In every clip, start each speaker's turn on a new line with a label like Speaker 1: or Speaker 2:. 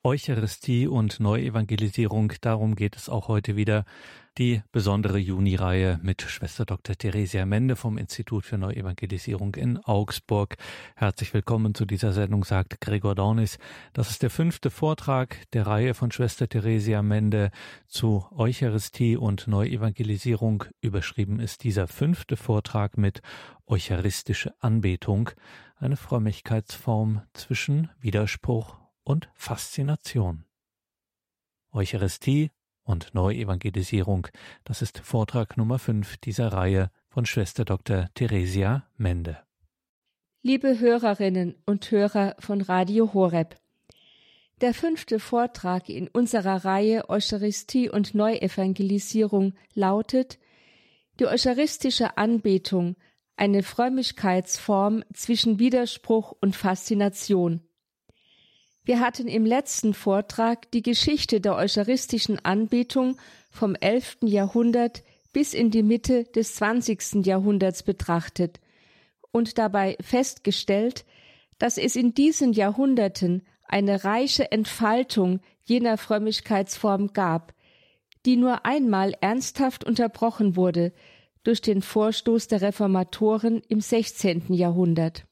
Speaker 1: Eucharistie und Neuevangelisierung, darum geht es auch heute wieder. Die besondere Juni-Reihe mit Schwester Dr. Theresia Mende vom Institut für Neuevangelisierung in Augsburg. Herzlich willkommen zu dieser Sendung, sagt Gregor Dornis. Das ist der 5. Vortrag der Reihe von Schwester Theresia Mende zu Eucharistie und Neuevangelisierung. Überschrieben ist dieser 5. Vortrag mit Eucharistische Anbetung, eine Frömmigkeitsform zwischen Widerspruch und Faszination. Eucharistie und Neuevangelisierung, das ist Vortrag Nummer 5 dieser Reihe von Schwester Dr. Theresia Mende.
Speaker 2: Liebe Hörerinnen und Hörer von Radio Horeb, der 5. Vortrag in unserer Reihe Eucharistie und Neuevangelisierung lautet: Die eucharistische Anbetung, eine Frömmigkeitsform zwischen Widerspruch und Faszination. Wir hatten im letzten Vortrag die Geschichte der eucharistischen Anbetung vom 11. Jahrhundert bis in die Mitte des 20. Jahrhunderts betrachtet und dabei festgestellt, dass es in diesen Jahrhunderten eine reiche Entfaltung jener Frömmigkeitsform gab, die nur einmal ernsthaft unterbrochen wurde durch den Vorstoß der Reformatoren im 16. Jahrhundert.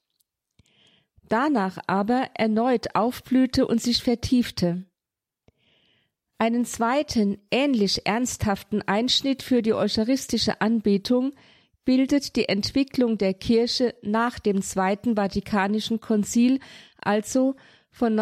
Speaker 2: Danach aber erneut aufblühte und sich vertiefte. Einen zweiten, ähnlich ernsthaften Einschnitt für die eucharistische Anbetung bildet die Entwicklung der Kirche nach dem Zweiten Vatikanischen Konzil, also von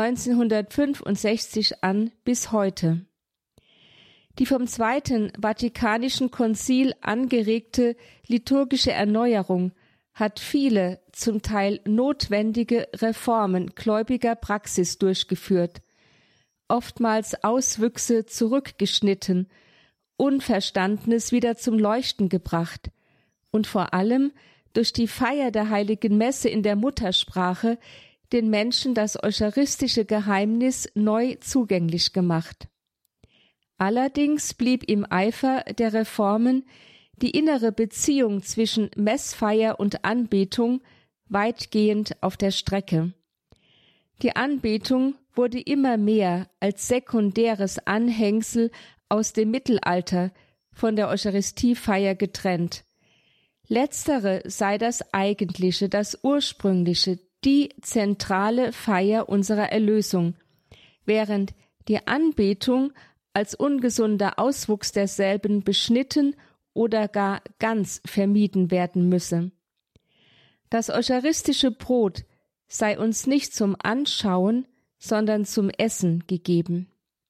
Speaker 2: 1965 an bis heute. Die vom Zweiten Vatikanischen Konzil angeregte liturgische Erneuerung hat viele, zum Teil notwendige Reformen gläubiger Praxis durchgeführt, oftmals Auswüchse zurückgeschnitten, Unverstandenes wieder zum Leuchten gebracht und vor allem durch die Feier der Heiligen Messe in der Muttersprache den Menschen das eucharistische Geheimnis neu zugänglich gemacht. Allerdings blieb im Eifer der Reformen die innere Beziehung zwischen Messfeier und Anbetung weitgehend auf der Strecke. Die Anbetung wurde immer mehr als sekundäres Anhängsel aus dem Mittelalter von der Eucharistiefeier getrennt. Letztere sei das eigentliche, das ursprüngliche, die zentrale Feier unserer Erlösung, während die Anbetung als ungesunder Auswuchs derselben beschnitten oder gar ganz vermieden werden müsse. Das eucharistische Brot sei uns nicht zum Anschauen, sondern zum Essen gegeben.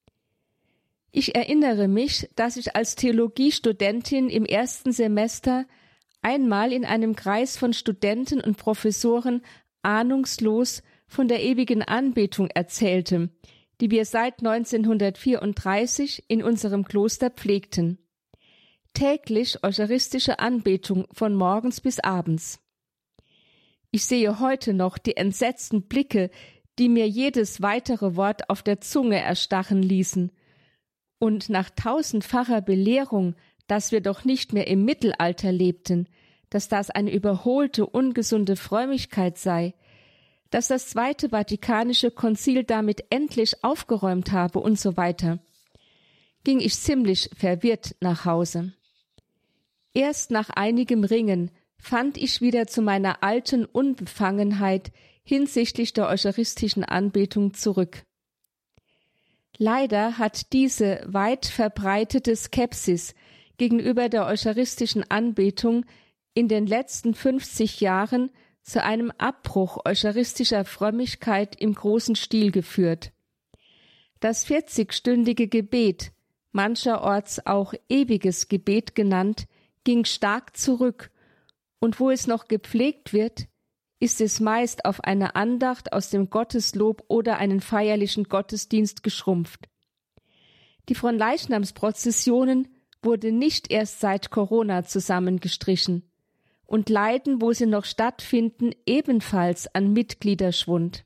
Speaker 2: Ich erinnere mich, dass ich als Theologiestudentin im 1. Semester einmal in einem Kreis von Studenten und Professoren ahnungslos von der ewigen Anbetung erzählte, die wir seit 1934 in unserem Kloster pflegten. Täglich eucharistische Anbetung von morgens bis abends. Ich sehe heute noch die entsetzten Blicke, die mir jedes weitere Wort auf der Zunge erstachen ließen. Und nach tausendfacher Belehrung, dass wir doch nicht mehr im Mittelalter lebten, dass das eine überholte, ungesunde Frömmigkeit sei, dass das Zweite Vatikanische Konzil damit endlich aufgeräumt habe und so weiter, ging ich ziemlich verwirrt nach Hause. Erst nach einigem Ringen fand ich wieder zu meiner alten Unbefangenheit hinsichtlich der eucharistischen Anbetung zurück. Leider hat diese weit verbreitete Skepsis gegenüber der eucharistischen Anbetung in den letzten 50 Jahren zu einem Abbruch eucharistischer Frömmigkeit im großen Stil geführt. Das 40-stündige Gebet, mancherorts auch ewiges Gebet genannt, ging stark zurück, und wo es noch gepflegt wird, ist es meist auf eine Andacht aus dem Gotteslob oder einen feierlichen Gottesdienst geschrumpft. Die Fronleichnamsprozessionen wurden nicht erst seit Corona zusammengestrichen und leiden, wo sie noch stattfinden, ebenfalls an Mitgliederschwund.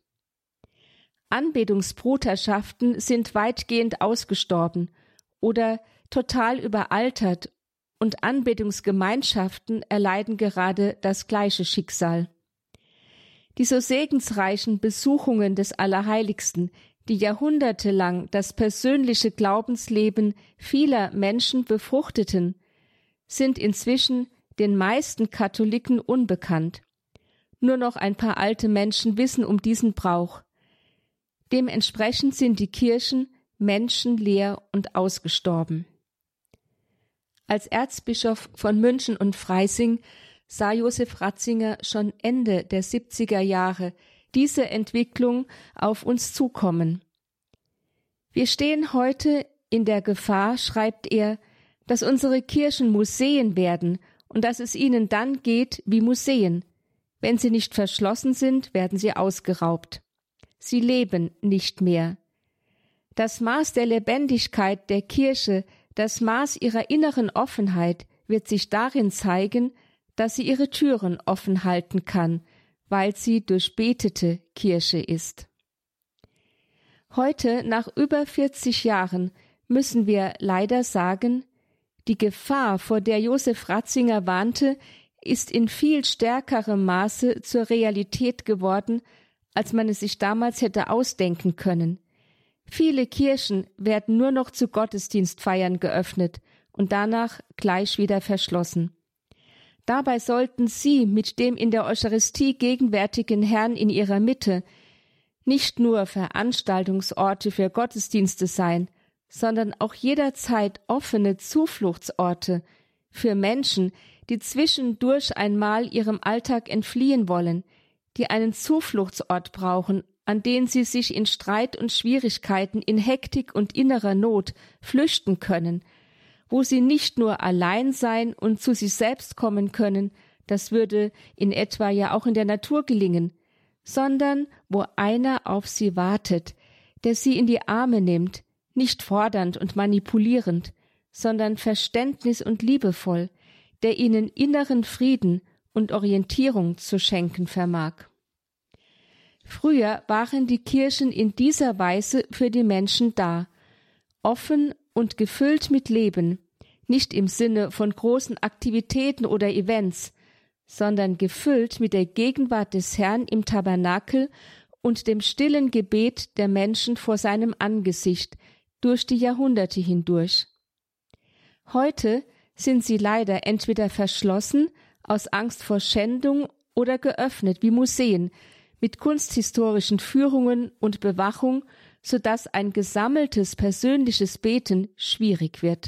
Speaker 2: Anbetungsbruderschaften sind weitgehend ausgestorben oder total überaltert, und Anbetungsgemeinschaften erleiden gerade das gleiche Schicksal. Die so segensreichen Besuchungen des Allerheiligsten, die jahrhundertelang das persönliche Glaubensleben vieler Menschen befruchteten, sind inzwischen den meisten Katholiken unbekannt. Nur noch ein paar alte Menschen wissen um diesen Brauch. Dementsprechend sind die Kirchen menschenleer und ausgestorben. Als Erzbischof von München und Freising sah Josef Ratzinger schon Ende der 70er Jahre diese Entwicklung auf uns zukommen. Wir stehen heute in der Gefahr, schreibt er, dass unsere Kirchen Museen werden und dass es ihnen dann geht wie Museen. Wenn sie nicht verschlossen sind, werden sie ausgeraubt. Sie leben nicht mehr. Das Maß der Lebendigkeit der Kirche, das Maß ihrer inneren Offenheit wird sich darin zeigen, dass sie ihre Türen offen halten kann, weil sie durchbetete Kirche ist. Heute, nach über 40 Jahren, müssen wir leider sagen, die Gefahr, vor der Josef Ratzinger warnte, ist in viel stärkerem Maße zur Realität geworden, als man es sich damals hätte ausdenken können. Viele Kirchen werden nur noch zu Gottesdienstfeiern geöffnet und danach gleich wieder verschlossen. Dabei sollten Sie mit dem in der Eucharistie gegenwärtigen Herrn in Ihrer Mitte nicht nur Veranstaltungsorte für Gottesdienste sein, sondern auch jederzeit offene Zufluchtsorte für Menschen, die zwischendurch einmal ihrem Alltag entfliehen wollen, die einen Zufluchtsort brauchen, an den sie sich in Streit und Schwierigkeiten, in Hektik und innerer Not flüchten können, wo sie nicht nur allein sein und zu sich selbst kommen können, das würde in etwa ja auch in der Natur gelingen, sondern wo einer auf sie wartet, der sie in die Arme nimmt, nicht fordernd und manipulierend, sondern verständnis- und liebevoll, der ihnen inneren Frieden und Orientierung zu schenken vermag. Früher waren die Kirchen in dieser Weise für die Menschen da, offen und gefüllt mit Leben, nicht im Sinne von großen Aktivitäten oder Events, sondern gefüllt mit der Gegenwart des Herrn im Tabernakel und dem stillen Gebet der Menschen vor seinem Angesicht durch die Jahrhunderte hindurch. Heute sind sie leider entweder verschlossen aus Angst vor Schändung oder geöffnet wie Museen mit kunsthistorischen Führungen und Bewachung, sodass ein gesammeltes persönliches Beten schwierig wird.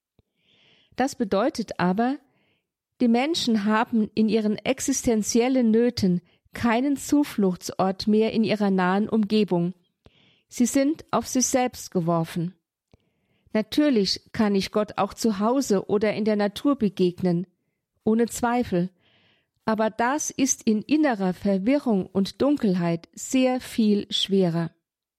Speaker 2: Das bedeutet aber, die Menschen haben in ihren existenziellen Nöten keinen Zufluchtsort mehr in ihrer nahen Umgebung. Sie sind auf sich selbst geworfen. Natürlich kann ich Gott auch zu Hause oder in der Natur begegnen, ohne Zweifel. Aber das ist in innerer Verwirrung und Dunkelheit sehr viel schwerer.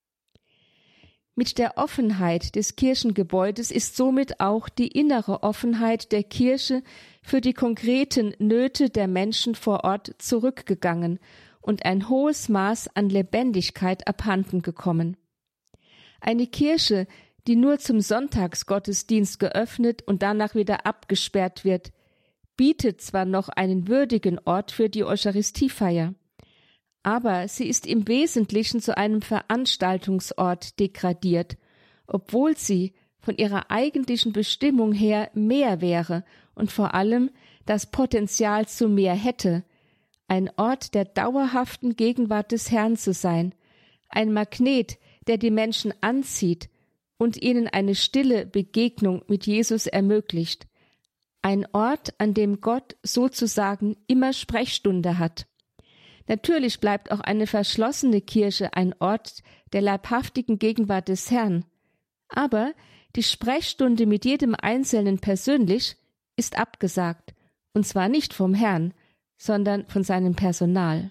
Speaker 2: Mit der Offenheit des Kirchengebäudes ist somit auch die innere Offenheit der Kirche für die konkreten Nöte der Menschen vor Ort zurückgegangen und ein hohes Maß an Lebendigkeit abhanden gekommen. Eine Kirche, die nur zum Sonntagsgottesdienst geöffnet und danach wieder abgesperrt wird, bietet zwar noch einen würdigen Ort für die Eucharistiefeier, aber sie ist im Wesentlichen zu einem Veranstaltungsort degradiert, obwohl sie von ihrer eigentlichen Bestimmung her mehr wäre und vor allem das Potenzial zu mehr hätte, ein Ort der dauerhaften Gegenwart des Herrn zu sein, ein Magnet, der die Menschen anzieht und ihnen eine stille Begegnung mit Jesus ermöglicht, ein Ort, an dem Gott sozusagen immer Sprechstunde hat. Natürlich bleibt auch eine verschlossene Kirche ein Ort der leibhaftigen Gegenwart des Herrn, aber die Sprechstunde mit jedem Einzelnen persönlich ist abgesagt, und zwar nicht vom Herrn, sondern von seinem Personal.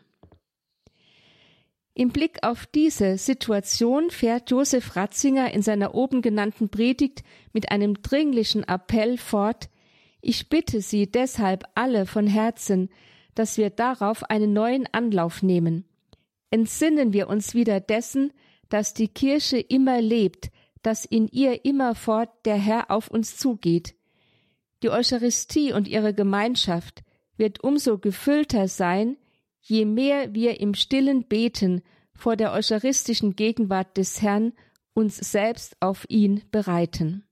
Speaker 2: Im Blick auf diese Situation fährt Josef Ratzinger in seiner oben genannten Predigt mit einem dringlichen Appell fort: Ich bitte Sie deshalb alle von Herzen, dass wir darauf einen neuen Anlauf nehmen. Entsinnen wir uns wieder dessen, dass die Kirche immer lebt, dass in ihr immerfort der Herr auf uns zugeht. Die Eucharistie und ihre Gemeinschaft wird umso gefüllter sein, je mehr wir im stillen Beten vor der eucharistischen Gegenwart des Herrn uns selbst auf ihn bereiten.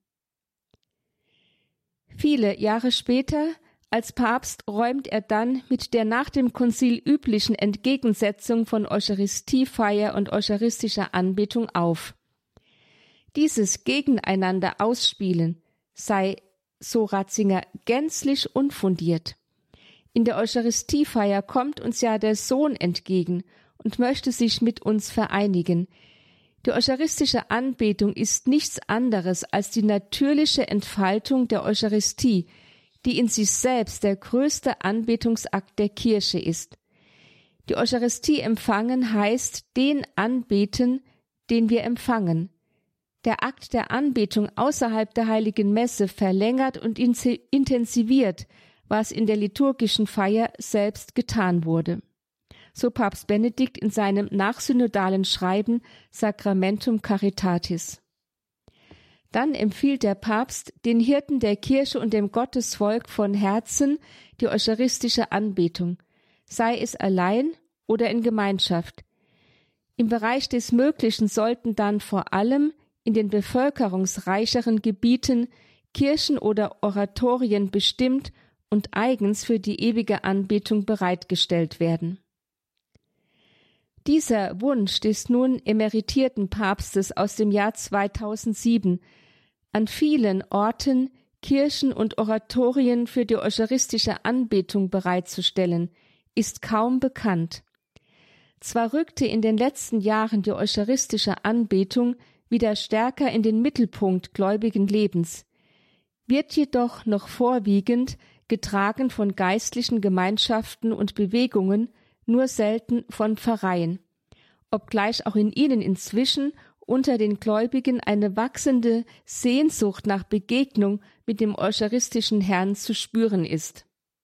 Speaker 2: Viele Jahre später, als Papst, räumt er dann mit der nach dem Konzil üblichen Entgegensetzung von Eucharistiefeier und eucharistischer Anbetung auf. Dieses Gegeneinander ausspielen sei, so Ratzinger, gänzlich unfundiert. In der Eucharistiefeier kommt uns ja der Sohn entgegen und möchte sich mit uns vereinigen. Die eucharistische Anbetung ist nichts anderes als die natürliche Entfaltung der Eucharistie, die in sich selbst der größte Anbetungsakt der Kirche ist. Die Eucharistie empfangen heißt den anbeten, den wir empfangen. Der Akt der Anbetung außerhalb der heiligen Messe verlängert und intensiviert, was in der liturgischen Feier selbst getan wurde. So Papst Benedikt in seinem nachsynodalen Schreiben Sacramentum Caritatis. Dann empfiehlt der Papst den Hirten der Kirche und dem Gottesvolk von Herzen die eucharistische Anbetung, sei es allein oder in Gemeinschaft. Im Bereich des Möglichen sollten dann vor allem in den bevölkerungsreicheren Gebieten Kirchen oder Oratorien bestimmt und eigens für die ewige Anbetung bereitgestellt werden. Dieser Wunsch des nun emeritierten Papstes aus dem Jahr 2007, an vielen Orten Kirchen und Oratorien für die eucharistische Anbetung bereitzustellen, ist kaum bekannt. Zwar rückte in den letzten Jahren die eucharistische Anbetung wieder stärker in den Mittelpunkt gläubigen Lebens, wird jedoch noch vorwiegend, getragen von geistlichen Gemeinschaften und Bewegungen, nur selten von Pfarreien, obgleich auch in ihnen inzwischen unter den Gläubigen eine wachsende Sehnsucht nach Begegnung mit dem eucharistischen Herrn zu spüren ist.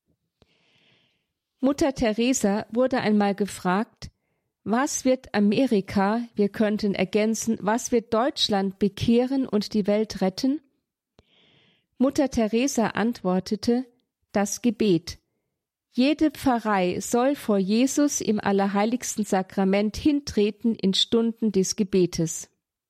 Speaker 2: Mutter Teresa wurde einmal gefragt, was wird Amerika, wir könnten ergänzen, was wird Deutschland bekehren und die Welt retten? Mutter Teresa antwortete, das Gebet. Jede Pfarrei soll vor Jesus im allerheiligsten Sakrament hintreten in Stunden des Gebetes.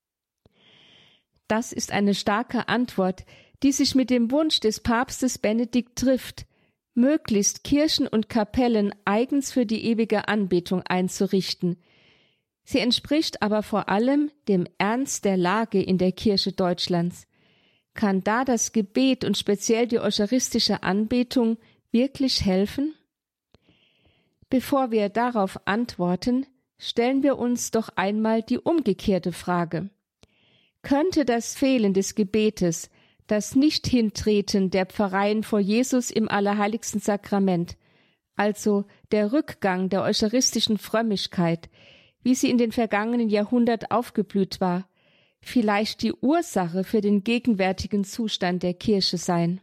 Speaker 2: Das ist eine starke Antwort, die sich mit dem Wunsch des Papstes Benedikt trifft, möglichst Kirchen und Kapellen eigens für die ewige Anbetung einzurichten. Sie entspricht aber vor allem dem Ernst der Lage in der Kirche Deutschlands. Kann da das Gebet und speziell die eucharistische Anbetung wirklich helfen? Bevor wir darauf antworten, stellen wir uns doch einmal die umgekehrte Frage. Könnte das Fehlen des Gebetes, das Nicht-Hintreten der Pfarreien vor Jesus im allerheiligsten Sakrament, also der Rückgang der eucharistischen Frömmigkeit, wie sie in den vergangenen Jahrhunderten aufgeblüht war, vielleicht die Ursache für den gegenwärtigen Zustand der Kirche sein?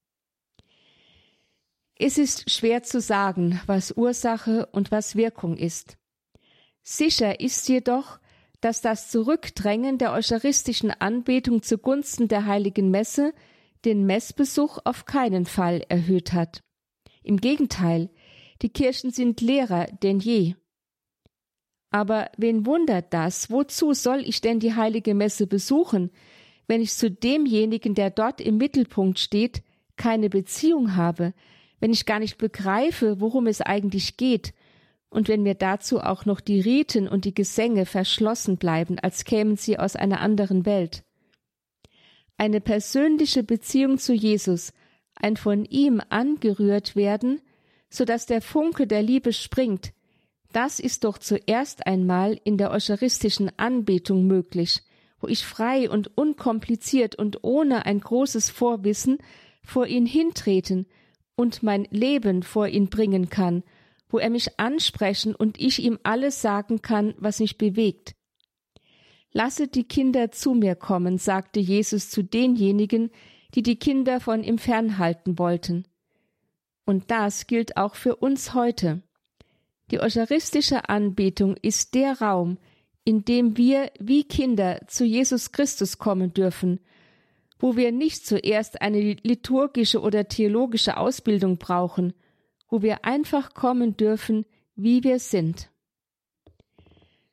Speaker 2: Es ist schwer zu sagen, was Ursache und was Wirkung ist. Sicher ist jedoch, dass das Zurückdrängen der eucharistischen Anbetung zugunsten der heiligen Messe den Messbesuch auf keinen Fall erhöht hat. Im Gegenteil, die Kirchen sind leerer denn je. Aber wen wundert das? Wozu soll ich denn die heilige Messe besuchen, wenn ich zu demjenigen, der dort im Mittelpunkt steht, keine Beziehung habe, wenn ich gar nicht begreife, worum es eigentlich geht, und wenn mir dazu auch noch die Riten und die Gesänge verschlossen bleiben, als kämen sie aus einer anderen Welt. Eine persönliche Beziehung zu Jesus, ein von ihm angerührt werden, so dass der Funke der Liebe springt, das ist doch zuerst einmal in der eucharistischen Anbetung möglich, wo ich frei und unkompliziert und ohne ein großes Vorwissen vor ihn hintreten und mein Leben vor ihn bringen kann, wo er mich ansprechen und ich ihm alles sagen kann, was mich bewegt. Lasset die Kinder zu mir kommen, sagte Jesus zu denjenigen, die die Kinder von ihm fernhalten wollten. Und das gilt auch für uns heute. Die eucharistische Anbetung ist der Raum, in dem wir wie Kinder zu Jesus Christus kommen dürfen, wo wir nicht zuerst eine liturgische oder theologische Ausbildung brauchen, wo wir einfach kommen dürfen, wie wir sind.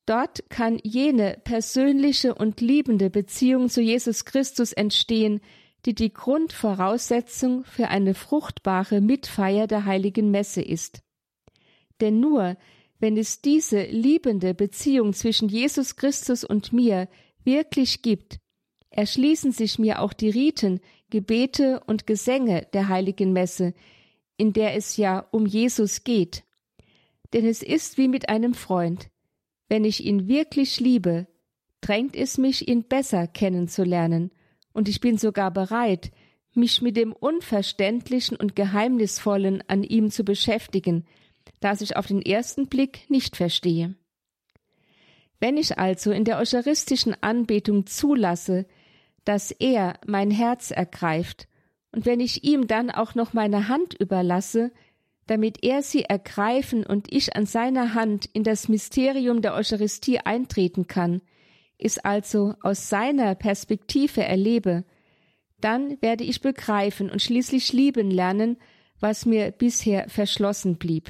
Speaker 2: Dort kann jene persönliche und liebende Beziehung zu Jesus Christus entstehen, die die Grundvoraussetzung für eine fruchtbare Mitfeier der heiligen Messe ist. Denn nur, wenn es diese liebende Beziehung zwischen Jesus Christus und mir wirklich gibt, erschließen sich mir auch die Riten, Gebete und Gesänge der heiligen Messe, in der es ja um Jesus geht. Denn es ist wie mit einem Freund. Wenn ich ihn wirklich liebe, drängt es mich, ihn besser kennenzulernen, und ich bin sogar bereit, mich mit dem Unverständlichen und Geheimnisvollen an ihm zu beschäftigen, das ich auf den ersten Blick nicht verstehe. Wenn ich also in der eucharistischen Anbetung zulasse, dass er mein Herz ergreift, und wenn ich ihm dann auch noch meine Hand überlasse, damit er sie ergreifen und ich an seiner Hand in das Mysterium der Eucharistie eintreten kann, es also aus seiner Perspektive erlebe, dann werde ich begreifen und schließlich lieben lernen, was mir bisher verschlossen blieb.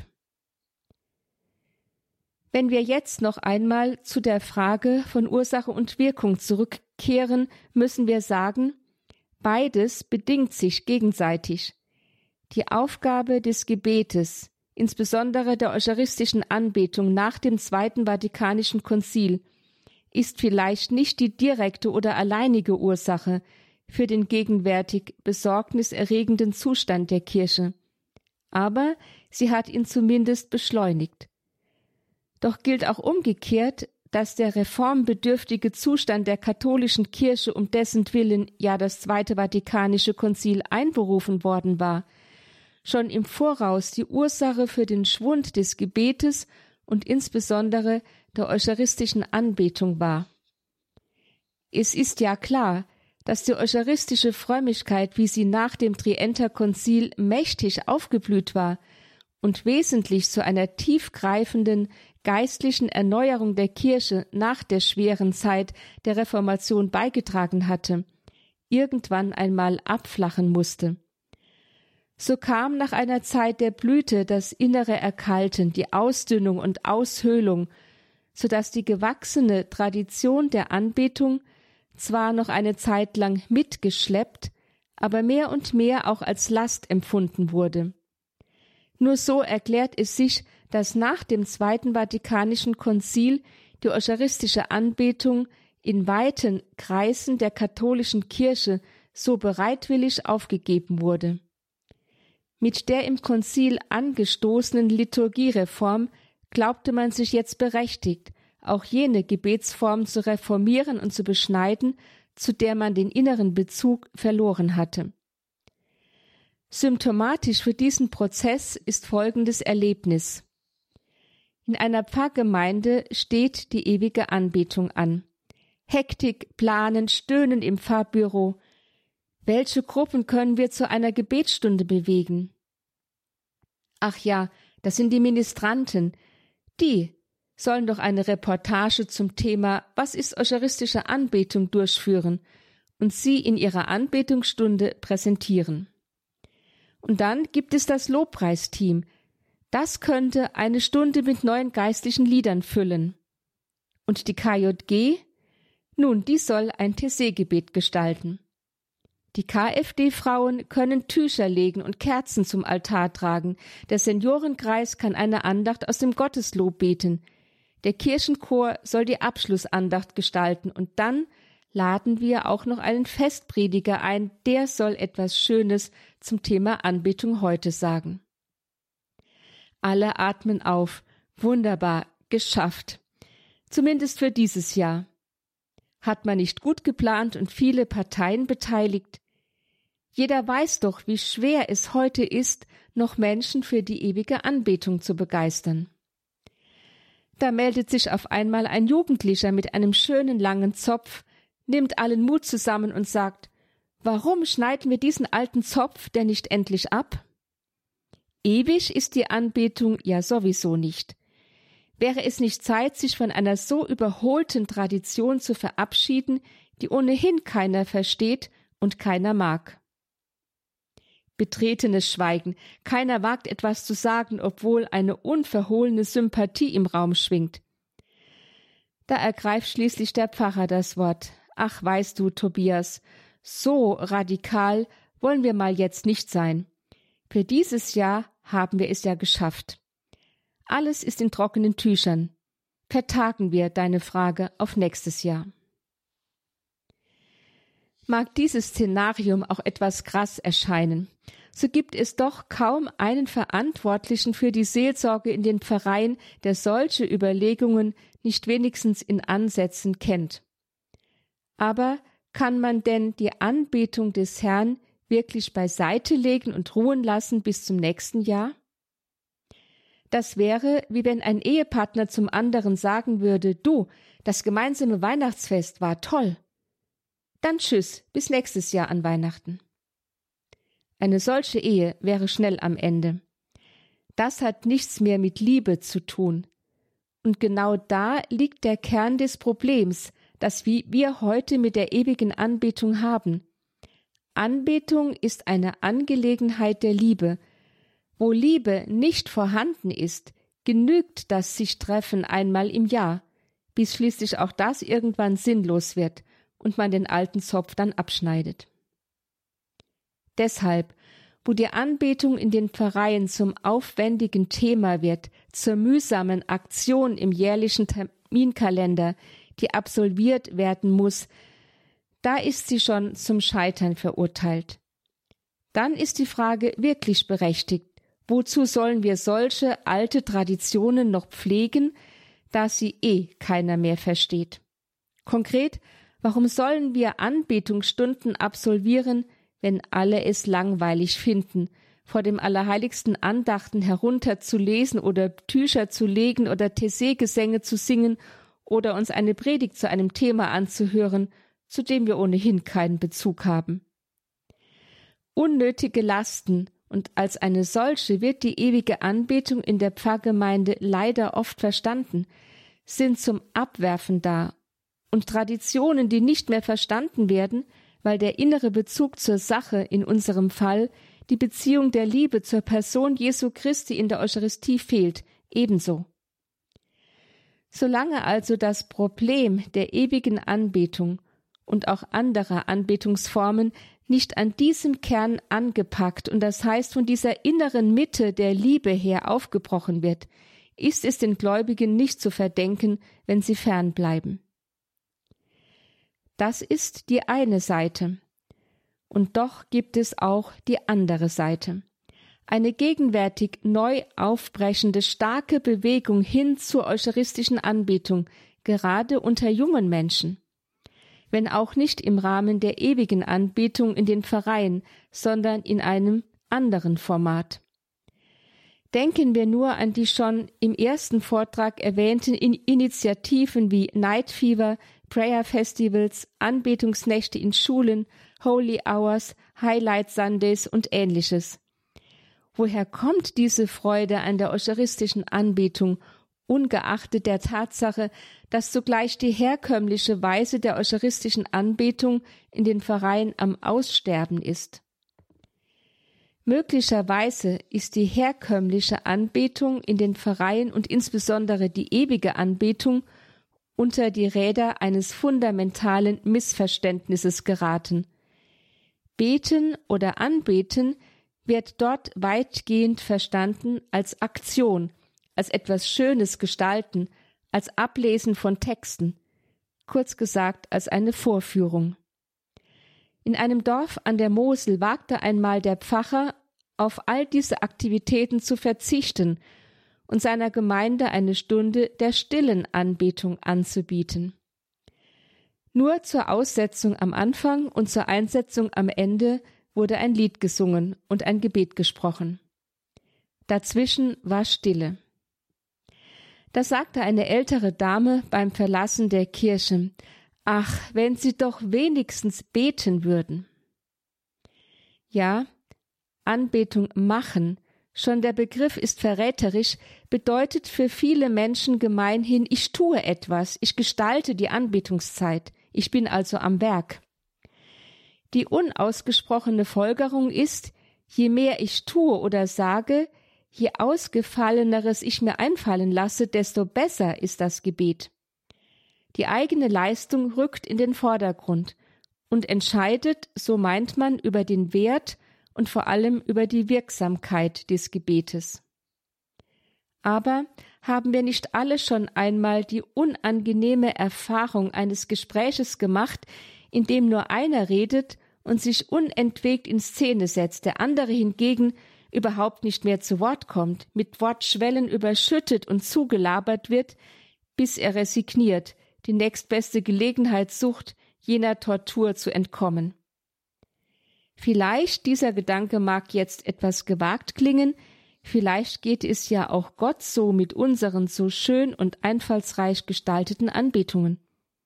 Speaker 2: Wenn wir jetzt noch einmal zu der Frage von Ursache und Wirkung zurückkehren, müssen wir sagen, beides bedingt sich gegenseitig. Die Aufgabe des Gebetes, insbesondere der eucharistischen Anbetung nach dem Zweiten Vatikanischen Konzil, ist vielleicht nicht die direkte oder alleinige Ursache für den gegenwärtig besorgniserregenden Zustand der Kirche, aber sie hat ihn zumindest beschleunigt. Doch gilt auch umgekehrt, dass der reformbedürftige Zustand der katholischen Kirche, um dessen Willen ja das Zweite Vatikanische Konzil einberufen worden war, schon im Voraus die Ursache für den Schwund des Gebetes und insbesondere der eucharistischen Anbetung war. Es ist ja klar, dass die eucharistische Frömmigkeit, wie sie nach dem Trienter Konzil mächtig aufgeblüht war und wesentlich zu einer tiefgreifenden geistlichen Erneuerung der Kirche nach der schweren Zeit der Reformation beigetragen hatte, irgendwann einmal abflachen musste. So kam nach einer Zeit der Blüte das innere Erkalten, die Ausdünnung und Aushöhlung, so dass die gewachsene Tradition der Anbetung zwar noch eine Zeit lang mitgeschleppt, aber mehr und mehr auch als Last empfunden wurde. Nur so erklärt es sich, dass nach dem Zweiten Vatikanischen Konzil die eucharistische Anbetung in weiten Kreisen der katholischen Kirche so bereitwillig aufgegeben wurde. Mit der im Konzil angestoßenen Liturgiereform glaubte man sich jetzt berechtigt, auch jene Gebetsform zu reformieren und zu beschneiden, zu der man den inneren Bezug verloren hatte. Symptomatisch für diesen Prozess ist folgendes Erlebnis. In einer Pfarrgemeinde steht die ewige Anbetung an. Hektik, Planen, Stöhnen im Pfarrbüro. Welche Gruppen können wir zu einer Gebetsstunde bewegen? Ach ja, das sind die Ministranten. Die sollen doch eine Reportage zum Thema »Was ist eucharistische Anbetung« durchführen und sie in ihrer Anbetungsstunde präsentieren. Und dann gibt es das Lobpreisteam. Das könnte eine Stunde mit neuen geistlichen Liedern füllen. Und die KJG? Nun, die soll ein Taizé-Gebet gestalten. Die KfD-Frauen können Tücher legen und Kerzen zum Altar tragen. Der Seniorenkreis kann eine Andacht aus dem Gotteslob beten. Der Kirchenchor soll die Abschlussandacht gestalten. Und dann laden wir auch noch einen Festprediger ein, der soll etwas Schönes zum Thema Anbetung heute sagen. Alle atmen auf. Wunderbar, geschafft. Zumindest für dieses Jahr. Hat man nicht gut geplant und viele Parteien beteiligt? Jeder weiß doch, wie schwer es heute ist, noch Menschen für die ewige Anbetung zu begeistern. Da meldet sich auf einmal ein Jugendlicher mit einem schönen langen Zopf, nimmt allen Mut zusammen und sagt, warum schneiden wir diesen alten Zopf denn nicht endlich ab? Ewig ist die Anbetung ja sowieso nicht. Wäre es nicht Zeit, sich von einer so überholten Tradition zu verabschieden, die ohnehin keiner versteht und keiner mag? Betretenes Schweigen. Keiner wagt etwas zu sagen, obwohl eine unverhohlene Sympathie im Raum schwingt. Da ergreift schließlich der Pfarrer das Wort. Ach, weißt du, Tobias, so radikal wollen wir mal jetzt nicht sein. Für dieses Jahr haben wir es ja geschafft. Alles ist in trockenen Tüchern. Vertagen wir deine Frage auf nächstes Jahr. Mag dieses Szenarium auch etwas krass erscheinen, so gibt es doch kaum einen Verantwortlichen für die Seelsorge in den Pfarreien, der solche Überlegungen nicht wenigstens in Ansätzen kennt. Aber kann man denn die Anbetung des Herrn wirklich beiseite legen und ruhen lassen bis zum nächsten Jahr? Das wäre, wie wenn ein Ehepartner zum anderen sagen würde, du, das gemeinsame Weihnachtsfest war toll. Dann tschüss, bis nächstes Jahr an Weihnachten. Eine solche Ehe wäre schnell am Ende. Das hat nichts mehr mit Liebe zu tun. Und genau da liegt der Kern des Problems, das wir heute mit der ewigen Anbetung haben. Anbetung ist eine Angelegenheit der Liebe. Wo Liebe nicht vorhanden ist, genügt das Sich-Treffen einmal im Jahr, bis schließlich auch das irgendwann sinnlos wird und man den alten Zopf dann abschneidet. Deshalb, wo die Anbetung in den Pfarreien zum aufwendigen Thema wird, zur mühsamen Aktion im jährlichen Terminkalender, die absolviert werden muss, da ist sie schon zum Scheitern verurteilt. Dann ist die Frage wirklich berechtigt, wozu sollen wir solche alte Traditionen noch pflegen, da sie keiner mehr versteht? Konkret, warum sollen wir Anbetungsstunden absolvieren, wenn alle es langweilig finden, vor dem allerheiligsten Andachten herunterzulesen oder Tücher zu legen oder Tessé-Gesänge zu singen oder uns eine Predigt zu einem Thema anzuhören, zu dem wir ohnehin keinen Bezug haben? Unnötige Lasten, und als eine solche wird die ewige Anbetung in der Pfarrgemeinde leider oft verstanden, sind zum Abwerfen da, und Traditionen, die nicht mehr verstanden werden, weil der innere Bezug zur Sache, in unserem Fall die Beziehung der Liebe zur Person Jesu Christi in der Eucharistie fehlt, ebenso. Solange also das Problem der ewigen Anbetung und auch anderer Anbetungsformen nicht an diesem Kern angepackt und das heißt von dieser inneren Mitte der Liebe her aufgebrochen wird, ist es den Gläubigen nicht zu verdenken, wenn sie fernbleiben. Das ist die eine Seite. Und doch gibt es auch die andere Seite. Eine gegenwärtig neu aufbrechende, starke Bewegung hin zur eucharistischen Anbetung, gerade unter jungen Menschen. Wenn auch nicht im Rahmen der ewigen Anbetung in den Pfarreien, sondern in einem anderen Format. Denken wir nur an die schon im ersten Vortrag erwähnten Initiativen wie Night Fever, Prayer Festivals, Anbetungsnächte in Schulen, Holy Hours, Highlight Sundays und Ähnliches. Woher kommt diese Freude an der eucharistischen Anbetung, ungeachtet der Tatsache, dass zugleich die herkömmliche Weise der eucharistischen Anbetung in den Pfarreien am Aussterben ist? Möglicherweise ist die herkömmliche Anbetung in den Pfarreien und insbesondere die ewige Anbetung unter die Räder eines fundamentalen Missverständnisses geraten. Beten oder Anbeten wird dort weitgehend verstanden als Aktion, als etwas Schönes gestalten, als Ablesen von Texten, kurz gesagt als eine Vorführung. In einem Dorf an der Mosel wagte einmal der Pfarrer, auf all diese Aktivitäten zu verzichten und seiner Gemeinde eine Stunde der stillen Anbetung anzubieten. Nur zur Aussetzung am Anfang und zur Einsetzung am Ende wurde ein Lied gesungen und ein Gebet gesprochen. Dazwischen war Stille. Da sagte eine ältere Dame beim Verlassen der Kirche: »Ach, wenn Sie doch wenigstens beten würden.« Ja, Anbetung machen, schon der Begriff ist verräterisch, bedeutet für viele Menschen gemeinhin, ich tue etwas, ich gestalte die Anbetungszeit, ich bin also am Werk. Die unausgesprochene Folgerung ist, je mehr ich tue oder sage, je Ausgefalleneres ich mir einfallen lasse, desto besser ist das Gebet. Die eigene Leistung rückt in den Vordergrund und entscheidet, so meint man, über den Wert und vor allem über die Wirksamkeit des Gebetes. Aber haben wir nicht alle schon einmal die unangenehme Erfahrung eines Gespräches gemacht, in dem nur einer redet und sich unentwegt in Szene setzt, der andere hingegen überhaupt nicht mehr zu Wort kommt, mit Wortschwellen überschüttet und zugelabert wird, bis er resigniert, die nächstbeste Gelegenheit sucht, jener Tortur zu entkommen. Vielleicht, dieser Gedanke mag jetzt etwas gewagt klingen, vielleicht geht es ja auch Gott so mit unseren so schön und einfallsreich gestalteten Anbetungen.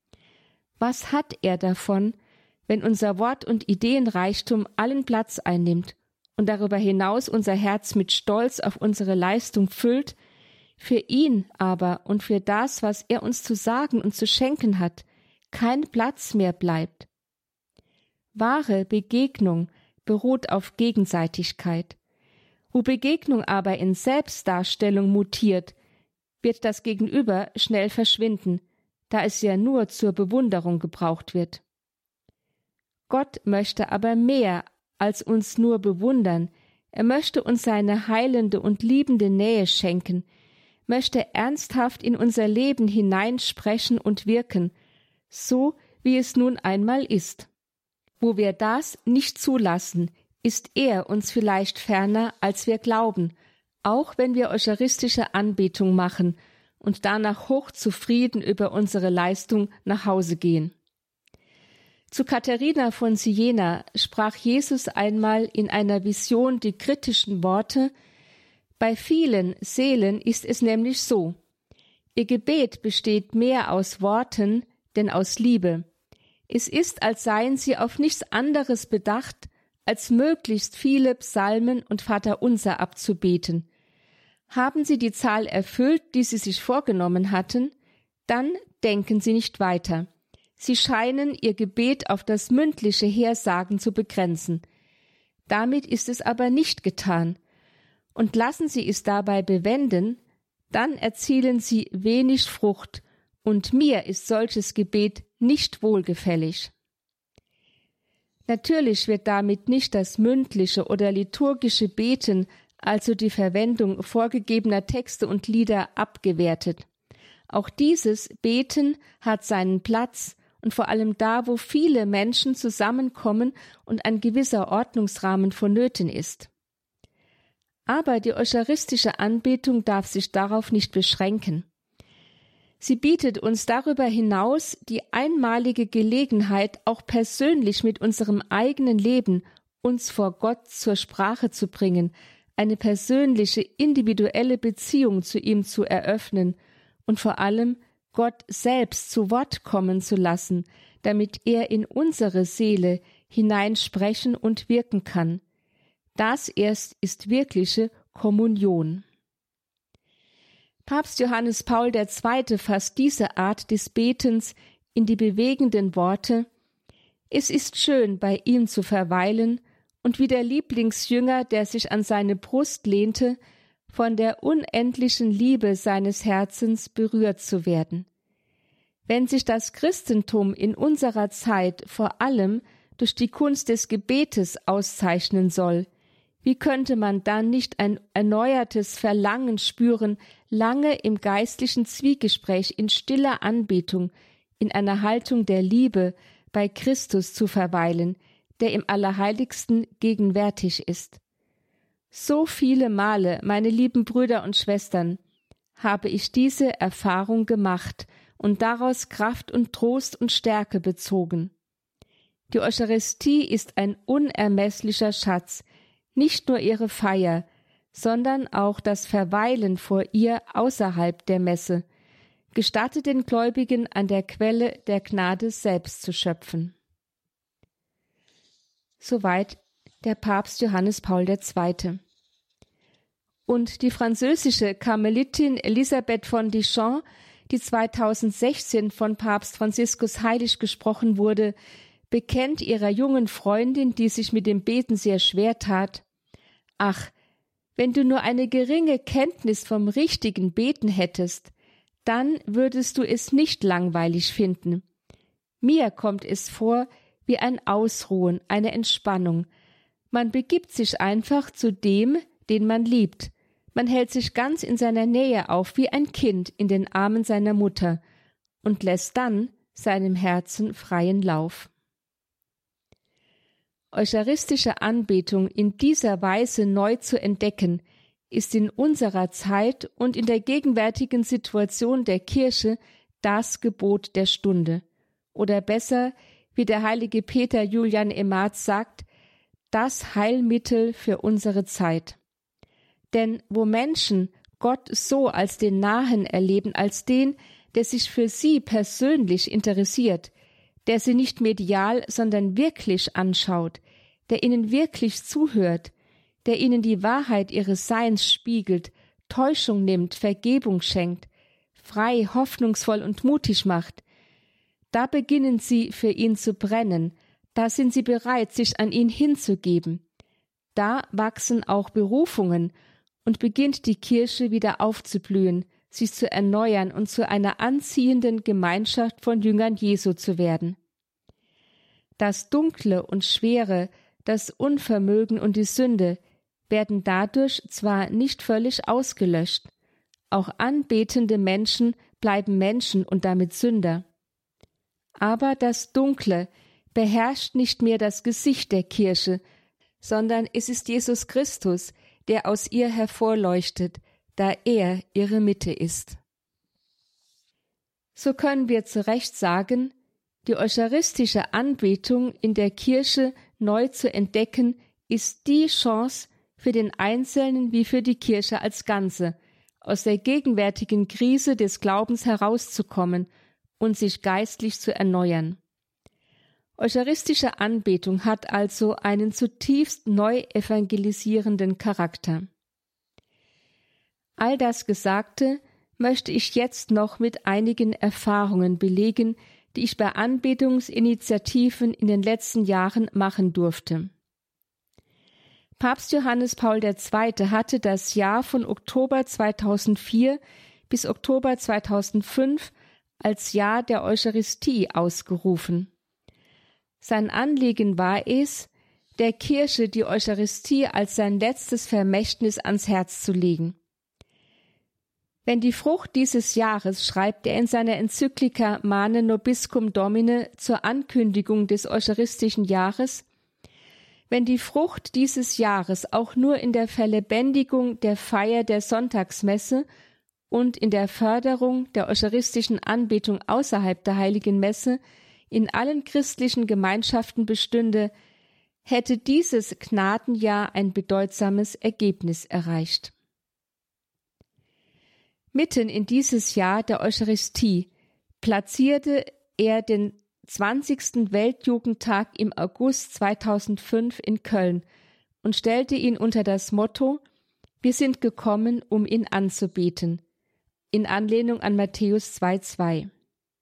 Speaker 2: Was hat er davon, wenn unser Wort- und Ideenreichtum allen Platz einnimmt und darüber hinaus unser Herz mit Stolz auf unsere Leistung füllt, für ihn aber und für das, was er uns zu sagen und zu schenken hat, kein Platz mehr bleibt? Wahre Begegnung beruht auf Gegenseitigkeit. Wo Begegnung aber in Selbstdarstellung mutiert, wird das Gegenüber schnell verschwinden, da es ja nur zur Bewunderung gebraucht wird. Gott möchte aber mehr als uns nur bewundern. Er möchte uns seine heilende und liebende Nähe schenken, möchte ernsthaft in unser Leben hineinsprechen und wirken, so wie es nun einmal ist. Wo wir das nicht zulassen, ist er uns vielleicht ferner, als wir glauben, auch wenn wir eucharistische Anbetung machen und danach hochzufrieden über unsere Leistung nach Hause gehen. Zu Katharina von Siena sprach Jesus einmal in einer Vision die kritischen Worte: Bei vielen Seelen ist es nämlich so, ihr Gebet besteht mehr aus Worten, denn aus Liebe. Es ist, als seien sie auf nichts anderes bedacht, als möglichst viele Psalmen und Vaterunser abzubeten. Haben sie die Zahl erfüllt, die sie sich vorgenommen hatten, dann denken sie nicht weiter. Sie scheinen ihr Gebet auf das mündliche Hersagen zu begrenzen. Damit ist es aber nicht getan. Und lassen sie es dabei bewenden, dann erzielen sie wenig Frucht, und mir ist solches Gebet nicht wohlgefällig. Natürlich wird damit nicht das mündliche oder liturgische Beten, also die Verwendung vorgegebener Texte und Lieder, abgewertet. Auch dieses Beten hat seinen Platz, und vor allem da, wo viele Menschen zusammenkommen und ein gewisser Ordnungsrahmen vonnöten ist. Aber die eucharistische Anbetung darf sich darauf nicht beschränken. Sie bietet uns darüber hinaus die einmalige Gelegenheit, auch persönlich mit unserem eigenen Leben uns vor Gott zur Sprache zu bringen, eine persönliche, individuelle Beziehung zu ihm zu eröffnen und vor allem Gott selbst zu Wort kommen zu lassen, damit er in unsere Seele hineinsprechen und wirken kann. Das erst ist wirkliche Kommunion. Papst Johannes Paul II. Fasst diese Art des Betens in die bewegenden Worte: Es ist schön, bei ihm zu verweilen und wie der Lieblingsjünger, der sich an seine Brust lehnte, von der unendlichen Liebe seines Herzens berührt zu werden. Wenn sich das Christentum in unserer Zeit vor allem durch die Kunst des Gebetes auszeichnen soll, wie könnte man dann nicht ein erneuertes Verlangen spüren, lange im geistlichen Zwiegespräch in stiller Anbetung, in einer Haltung der Liebe bei Christus zu verweilen, der im Allerheiligsten gegenwärtig ist? So viele Male, meine lieben Brüder und Schwestern, habe ich diese Erfahrung gemacht und daraus Kraft und Trost und Stärke bezogen. Die Eucharistie ist ein unermesslicher Schatz, nicht nur ihre Feier, sondern auch das Verweilen vor ihr außerhalb der Messe, gestattet den Gläubigen an der Quelle der Gnade selbst zu schöpfen. Soweit der Papst Johannes Paul II. Und die französische Karmelitin Elisabeth von Dijon, die 2016 von Papst Franziskus heilig gesprochen wurde, bekennt ihrer jungen Freundin, die sich mit dem Beten sehr schwer tat: Ach, wenn du nur eine geringe Kenntnis vom richtigen Beten hättest, dann würdest du es nicht langweilig finden. Mir kommt es vor wie ein Ausruhen, eine Entspannung. Man begibt sich einfach zu dem, den man liebt. Man hält sich ganz in seiner Nähe auf, wie ein Kind in den Armen seiner Mutter, und lässt dann seinem Herzen freien Lauf. Eucharistische Anbetung in dieser Weise neu zu entdecken, ist in unserer Zeit und in der gegenwärtigen Situation der Kirche das Gebot der Stunde. Oder besser, wie der heilige Peter Julian Emard sagt, das Heilmittel für unsere Zeit. Denn wo Menschen Gott so als den Nahen erleben, als den, der sich für sie persönlich interessiert, der sie nicht medial, sondern wirklich anschaut, der ihnen wirklich zuhört, der ihnen die Wahrheit ihres Seins spiegelt, Täuschung nimmt, Vergebung schenkt, frei, hoffnungsvoll und mutig macht, da beginnen sie für ihn zu brennen, da sind sie bereit, sich an ihn hinzugeben. Da wachsen auch Berufungen und beginnt die Kirche wieder aufzublühen, sich zu erneuern und zu einer anziehenden Gemeinschaft von Jüngern Jesu zu werden. Das Dunkle und Schwere, das Unvermögen und die Sünde werden dadurch zwar nicht völlig ausgelöscht, auch anbetende Menschen bleiben Menschen und damit Sünder. Aber das Dunkle beherrscht nicht mehr das Gesicht der Kirche, sondern es ist Jesus Christus, der aus ihr hervorleuchtet, da er ihre Mitte ist. So können wir zu Recht sagen, die eucharistische Anbetung in der Kirche neu zu entdecken, ist die Chance für den Einzelnen wie für die Kirche als Ganze, aus der gegenwärtigen Krise des Glaubens herauszukommen und sich geistlich zu erneuern. Eucharistische Anbetung hat also einen zutiefst neu evangelisierenden Charakter. All das Gesagte möchte ich jetzt noch mit einigen Erfahrungen belegen, die ich bei Anbetungsinitiativen in den letzten Jahren machen durfte. Papst Johannes Paul II. Hatte das Jahr von Oktober 2004 bis Oktober 2005 als Jahr der Eucharistie ausgerufen. Sein Anliegen war es, der Kirche die Eucharistie als sein letztes Vermächtnis ans Herz zu legen. Wenn die Frucht dieses Jahres, schreibt er in seiner Enzyklika Mane Nobiscum Domine zur Ankündigung des Eucharistischen Jahres, wenn die Frucht dieses Jahres auch nur in der Verlebendigung der Feier der Sonntagsmesse und in der Förderung der eucharistischen Anbetung außerhalb der Heiligen Messe in allen christlichen Gemeinschaften bestünde, hätte dieses Gnadenjahr ein bedeutsames Ergebnis erreicht. Mitten in dieses Jahr der Eucharistie platzierte er den 20. Weltjugendtag im August 2005 in Köln und stellte ihn unter das Motto »Wir sind gekommen, um ihn anzubeten«, in Anlehnung an Matthäus 2,2.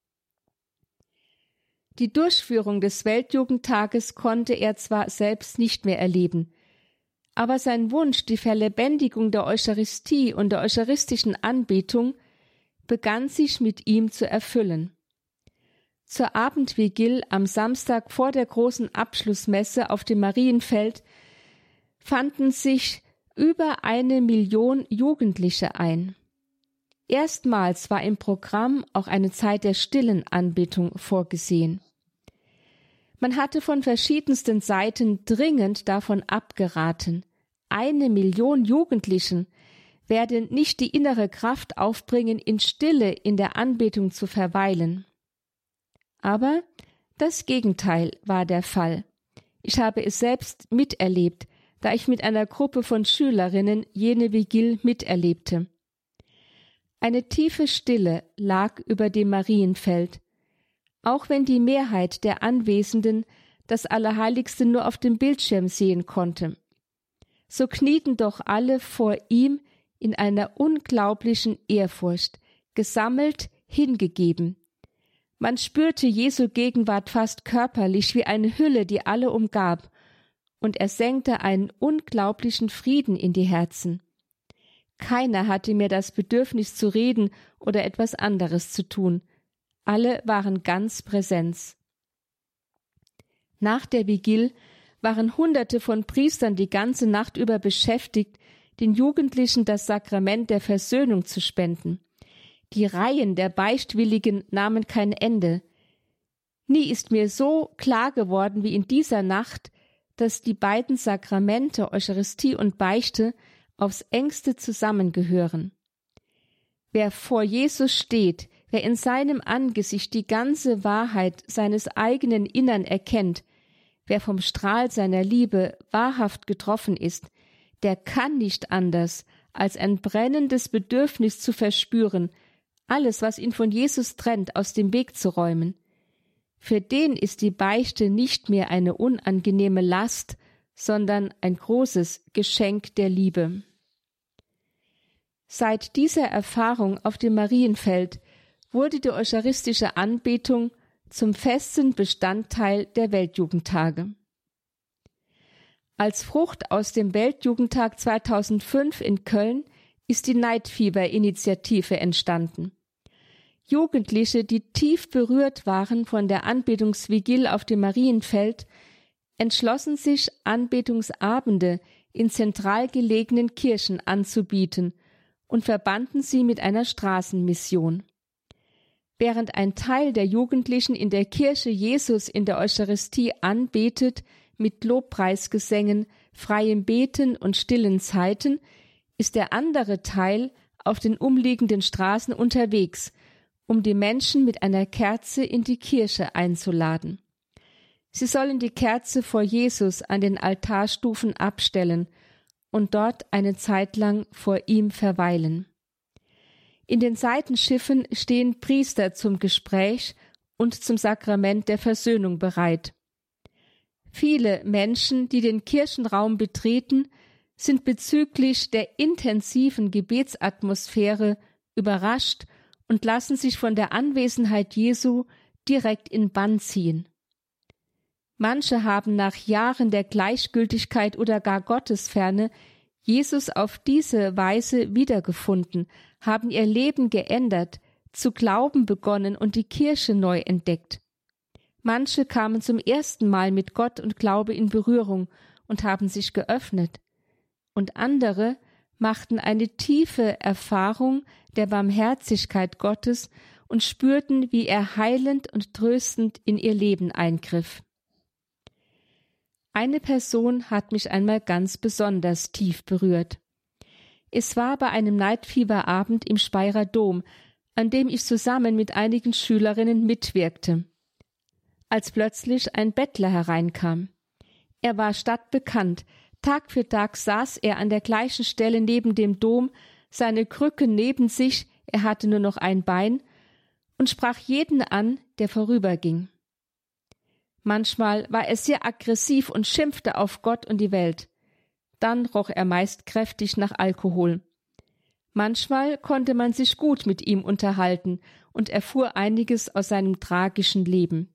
Speaker 2: Die Durchführung des Weltjugendtages konnte er zwar selbst nicht mehr erleben, aber sein Wunsch, die Verlebendigung der Eucharistie und der eucharistischen Anbetung, begann sich mit ihm zu erfüllen. Zur Abendvigil am Samstag vor der großen Abschlussmesse auf dem Marienfeld fanden sich über 1 Million Jugendliche ein. Erstmals war im Programm auch eine Zeit der stillen Anbetung vorgesehen. Man hatte von verschiedensten Seiten dringend davon abgeraten. 1 Million Jugendlichen werden nicht die innere Kraft aufbringen, in Stille in der Anbetung zu verweilen. Aber das Gegenteil war der Fall. Ich habe es selbst miterlebt, da ich mit einer Gruppe von Schülerinnen jene Vigil miterlebte. Eine tiefe Stille lag über dem Marienfeld, auch wenn die Mehrheit der Anwesenden das Allerheiligste nur auf dem Bildschirm sehen konnte. So knieten doch alle vor ihm in einer unglaublichen Ehrfurcht, gesammelt, hingegeben. Man spürte Jesu Gegenwart fast körperlich wie eine Hülle, die alle umgab, und er senkte einen unglaublichen Frieden in die Herzen. Keiner hatte mehr das Bedürfnis zu reden oder etwas anderes zu tun. Alle waren ganz Präsenz. Nach der Vigil waren Hunderte von Priestern die ganze Nacht über beschäftigt, den Jugendlichen das Sakrament der Versöhnung zu spenden. Die Reihen der Beichtwilligen nahmen kein Ende. Nie ist mir so klar geworden wie in dieser Nacht, dass die beiden Sakramente Eucharistie und Beichte aufs engste zusammengehören. Wer vor Jesus steht, wer in seinem Angesicht die ganze Wahrheit seines eigenen Innern erkennt, wer vom Strahl seiner Liebe wahrhaft getroffen ist, der kann nicht anders, als ein brennendes Bedürfnis zu verspüren, alles, was ihn von Jesus trennt, aus dem Weg zu räumen. Für den ist die Beichte nicht mehr eine unangenehme Last, sondern ein großes Geschenk der Liebe. Seit dieser Erfahrung auf dem Marienfeld wurde die eucharistische Anbetung zum festen Bestandteil der Weltjugendtage. Als Frucht aus dem Weltjugendtag 2005 in Köln ist die Night Fever Initiative entstanden. Jugendliche, die tief berührt waren von der Anbetungsvigil auf dem Marienfeld, entschlossen sich, Anbetungsabende in zentral gelegenen Kirchen anzubieten und verbanden sie mit einer Straßenmission. Während ein Teil der Jugendlichen in der Kirche Jesus in der Eucharistie anbetet, mit Lobpreisgesängen, freiem Beten und stillen Zeiten, ist der andere Teil auf den umliegenden Straßen unterwegs, um die Menschen mit einer Kerze in die Kirche einzuladen. Sie sollen die Kerze vor Jesus an den Altarstufen abstellen und dort eine Zeit lang vor ihm verweilen. In den Seitenschiffen stehen Priester zum Gespräch und zum Sakrament der Versöhnung bereit. Viele Menschen, die den Kirchenraum betreten, sind bezüglich der intensiven Gebetsatmosphäre überrascht und lassen sich von der Anwesenheit Jesu direkt in Bann ziehen. Manche haben nach Jahren der Gleichgültigkeit oder gar Gottesferne Jesus auf diese Weise wiedergefunden, haben ihr Leben geändert, zu glauben begonnen und die Kirche neu entdeckt. Manche kamen zum ersten Mal mit Gott und Glaube in Berührung und haben sich geöffnet. Und andere machten eine tiefe Erfahrung der Barmherzigkeit Gottes und spürten, wie er heilend und tröstend in ihr Leben eingriff. Eine Person hat mich einmal ganz besonders tief berührt. Es war bei einem Night Fever Abend im Speyerer Dom, an dem ich zusammen mit einigen Schülerinnen mitwirkte, als plötzlich ein Bettler hereinkam. Er war stadtbekannt. Tag für Tag saß er an der gleichen Stelle neben dem Dom, seine Krücke neben sich, er hatte nur noch ein Bein, und sprach jeden an, der vorüberging. Manchmal war er sehr aggressiv und schimpfte auf Gott und die Welt. Dann roch er meist kräftig nach Alkohol. Manchmal konnte man sich gut mit ihm unterhalten und erfuhr einiges aus seinem tragischen Leben.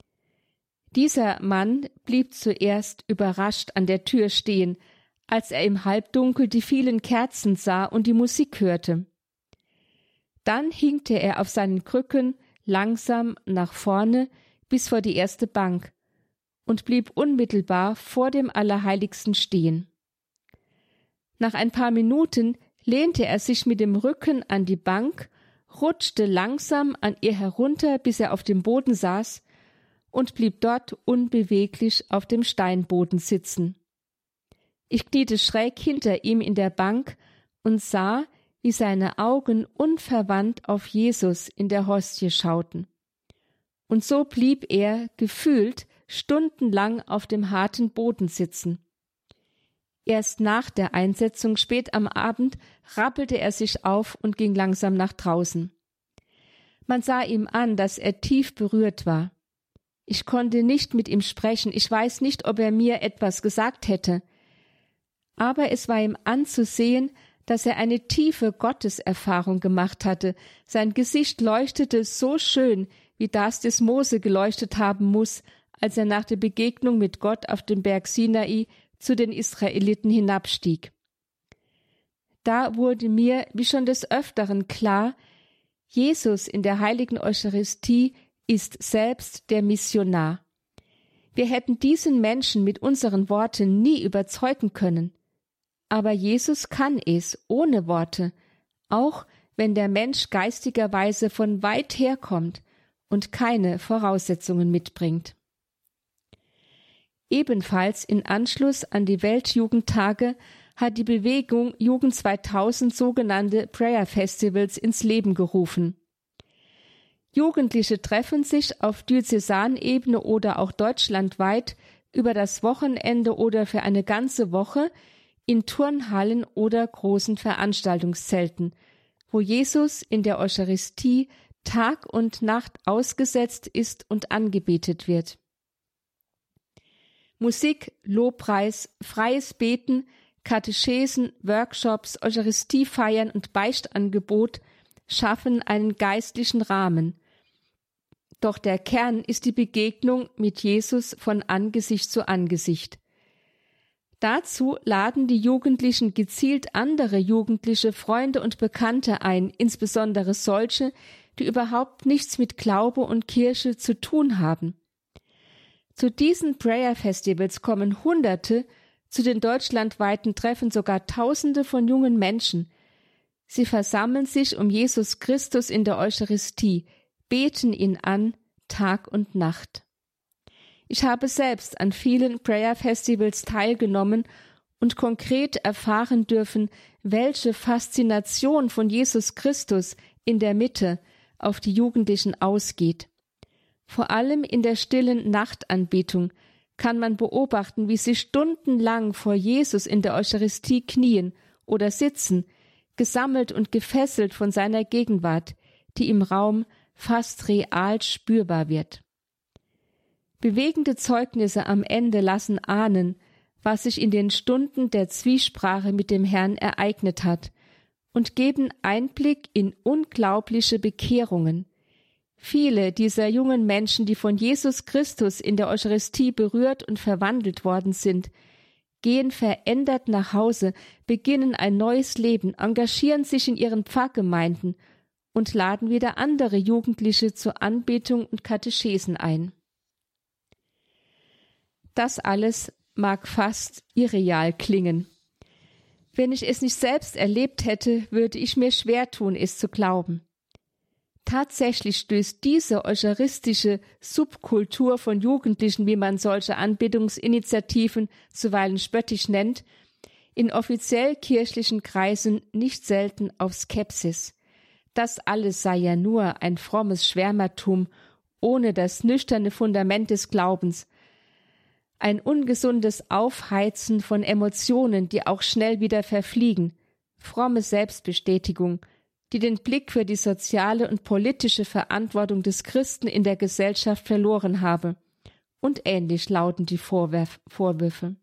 Speaker 2: Dieser Mann blieb zuerst überrascht an der Tür stehen, als er im Halbdunkel die vielen Kerzen sah und die Musik hörte. Dann hinkte er auf seinen Krücken langsam nach vorne bis vor die erste Bank und blieb unmittelbar vor dem Allerheiligsten stehen. Nach ein paar Minuten lehnte er sich mit dem Rücken an die Bank, rutschte langsam an ihr herunter, bis er auf dem Boden saß, und blieb dort unbeweglich auf dem Steinboden sitzen. Ich kniete schräg hinter ihm in der Bank und sah, wie seine Augen unverwandt auf Jesus in der Hostie schauten. Und so blieb er, gefühlt, stundenlang auf dem harten Boden sitzen. Erst nach der Einsetzung spät am Abend rappelte er sich auf und ging langsam nach draußen. Man sah ihm an, dass er tief berührt war. Ich konnte nicht mit ihm sprechen, ich weiß nicht, ob er mir etwas gesagt hätte. Aber es war ihm anzusehen, dass er eine tiefe Gotteserfahrung gemacht hatte. Sein Gesicht leuchtete so schön, wie das des Mose geleuchtet haben muss, als er nach der Begegnung mit Gott auf dem Berg Sinai zu den Israeliten hinabstieg. Da wurde mir, wie schon des Öfteren klar, Jesus in der heiligen Eucharistie ist selbst der Missionar. Wir hätten diesen Menschen mit unseren Worten nie überzeugen können. Aber Jesus kann es ohne Worte, auch wenn der Mensch geistigerweise von weit her kommt und keine Voraussetzungen mitbringt. Ebenfalls in Anschluss an die Weltjugendtage hat die Bewegung Jugend 2000 sogenannte Prayer Festivals ins Leben gerufen. Jugendliche treffen sich auf Diözesanebene oder auch deutschlandweit über das Wochenende oder für eine ganze Woche in Turnhallen oder großen Veranstaltungszelten, wo Jesus in der Eucharistie Tag und Nacht ausgesetzt ist und angebetet wird. Musik, Lobpreis, freies Beten, Katechesen, Workshops, Eucharistiefeiern und Beichtangebot schaffen einen geistlichen Rahmen. Doch der Kern ist die Begegnung mit Jesus von Angesicht zu Angesicht. Dazu laden die Jugendlichen gezielt andere jugendliche Freunde und Bekannte ein, insbesondere solche, die überhaupt nichts mit Glaube und Kirche zu tun haben. Zu diesen Prayer Festivals kommen Hunderte, zu den deutschlandweiten Treffen sogar Tausende von jungen Menschen. Sie versammeln sich um Jesus Christus in der Eucharistie, beten ihn an, Tag und Nacht. Ich habe selbst an vielen Prayer Festivals teilgenommen und konkret erfahren dürfen, welche Faszination von Jesus Christus in der Mitte auf die Jugendlichen ausgeht. Vor allem in der stillen Nachtanbetung kann man beobachten, wie sie stundenlang vor Jesus in der Eucharistie knien oder sitzen, gesammelt und gefesselt von seiner Gegenwart, die im Raum fast real spürbar wird. Bewegende Zeugnisse am Ende lassen ahnen, was sich in den Stunden der Zwiesprache mit dem Herrn ereignet hat, und geben Einblick in unglaubliche Bekehrungen. Viele dieser jungen Menschen, die von Jesus Christus in der Eucharistie berührt und verwandelt worden sind, gehen verändert nach Hause, beginnen ein neues Leben, engagieren sich in ihren Pfarrgemeinden und laden wieder andere Jugendliche zur Anbetung und Katechesen ein. Das alles mag fast irreal klingen. Wenn ich es nicht selbst erlebt hätte, würde ich mir schwer tun, es zu glauben. Tatsächlich stößt diese eucharistische Subkultur von Jugendlichen, wie man solche Anbetungsinitiativen zuweilen spöttisch nennt, in offiziell kirchlichen Kreisen nicht selten auf Skepsis. Das alles sei ja nur ein frommes Schwärmertum ohne das nüchterne Fundament des Glaubens, ein ungesundes Aufheizen von Emotionen, die auch schnell wieder verfliegen, fromme Selbstbestätigung, die den Blick für die soziale und politische Verantwortung des Christen in der Gesellschaft verloren habe. Und ähnlich lauten die Vorwürfe.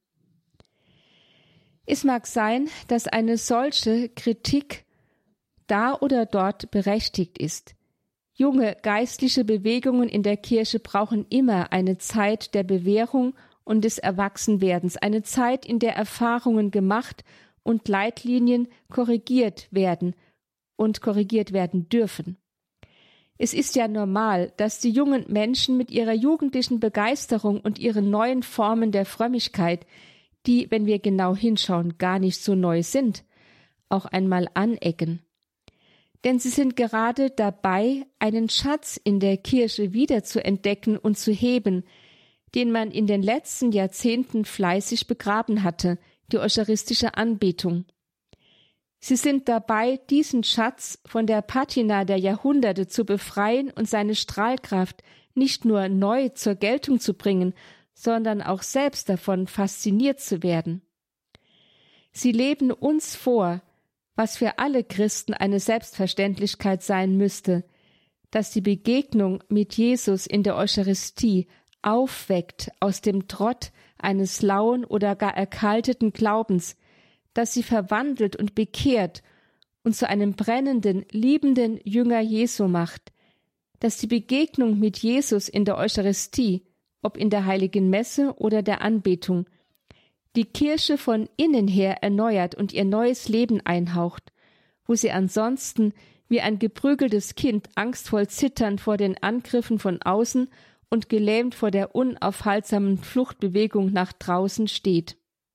Speaker 2: Es mag sein, dass eine solche Kritik da oder dort berechtigt ist. Junge geistliche Bewegungen in der Kirche brauchen immer eine Zeit der Bewährung und des Erwachsenwerdens, eine Zeit, in der Erfahrungen gemacht und Leitlinien korrigiert werden dürfen. Es ist ja normal, dass die jungen Menschen mit ihrer jugendlichen Begeisterung und ihren neuen Formen der Frömmigkeit, die, wenn wir genau hinschauen, gar nicht so neu sind, auch einmal anecken. Denn sie sind gerade dabei, einen Schatz in der Kirche wiederzuentdecken und zu heben, den man in den letzten Jahrzehnten fleißig begraben hatte, die eucharistische Anbetung. Sie sind dabei, diesen Schatz von der Patina der Jahrhunderte zu befreien und seine Strahlkraft nicht nur neu zur Geltung zu bringen, sondern auch selbst davon fasziniert zu werden. Sie leben uns vor, was für alle Christen eine Selbstverständlichkeit sein müsste, dass die Begegnung mit Jesus in der Eucharistie aufweckt aus dem Trott eines lauen oder gar erkalteten Glaubens, dass sie verwandelt und bekehrt und zu einem brennenden, liebenden Jünger Jesu macht, dass die Begegnung mit Jesus in der Eucharistie, ob in der heiligen Messe oder der Anbetung, die Kirche von innen her erneuert und ihr neues Leben einhaucht, wo sie ansonsten wie ein geprügeltes Kind angstvoll zitternd vor den Angriffen von außen und gelähmt vor der unaufhaltsamen Fluchtbewegung nach draußen steht.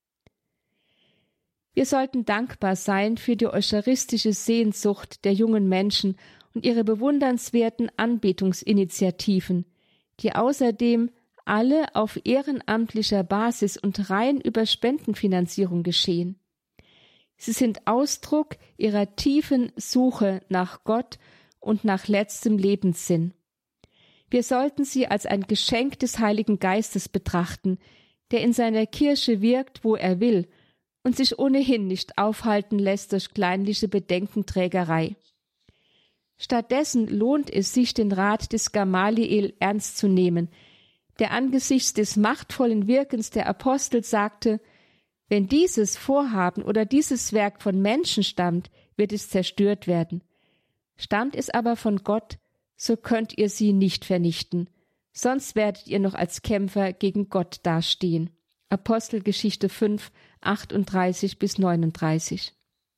Speaker 2: Wir sollten dankbar sein für die eucharistische Sehnsucht der jungen Menschen und ihre bewundernswerten Anbetungsinitiativen, die außerdem alle auf ehrenamtlicher Basis und rein über Spendenfinanzierung geschehen. Sie sind Ausdruck ihrer tiefen Suche nach Gott und nach letztem Lebenssinn. Wir sollten sie als ein Geschenk des Heiligen Geistes betrachten, der in seiner Kirche wirkt, wo er will, und sich ohnehin nicht aufhalten lässt durch kleinliche Bedenkenträgerei. Stattdessen lohnt es sich, den Rat des Gamaliel ernst zu nehmen, der angesichts des machtvollen Wirkens der Apostel sagte: Wenn dieses Vorhaben oder dieses Werk von Menschen stammt, wird es zerstört werden. Stammt es aber von Gott, so könnt ihr sie nicht vernichten, sonst werdet ihr noch als Kämpfer gegen Gott dastehen. Apostelgeschichte 5, 38-39.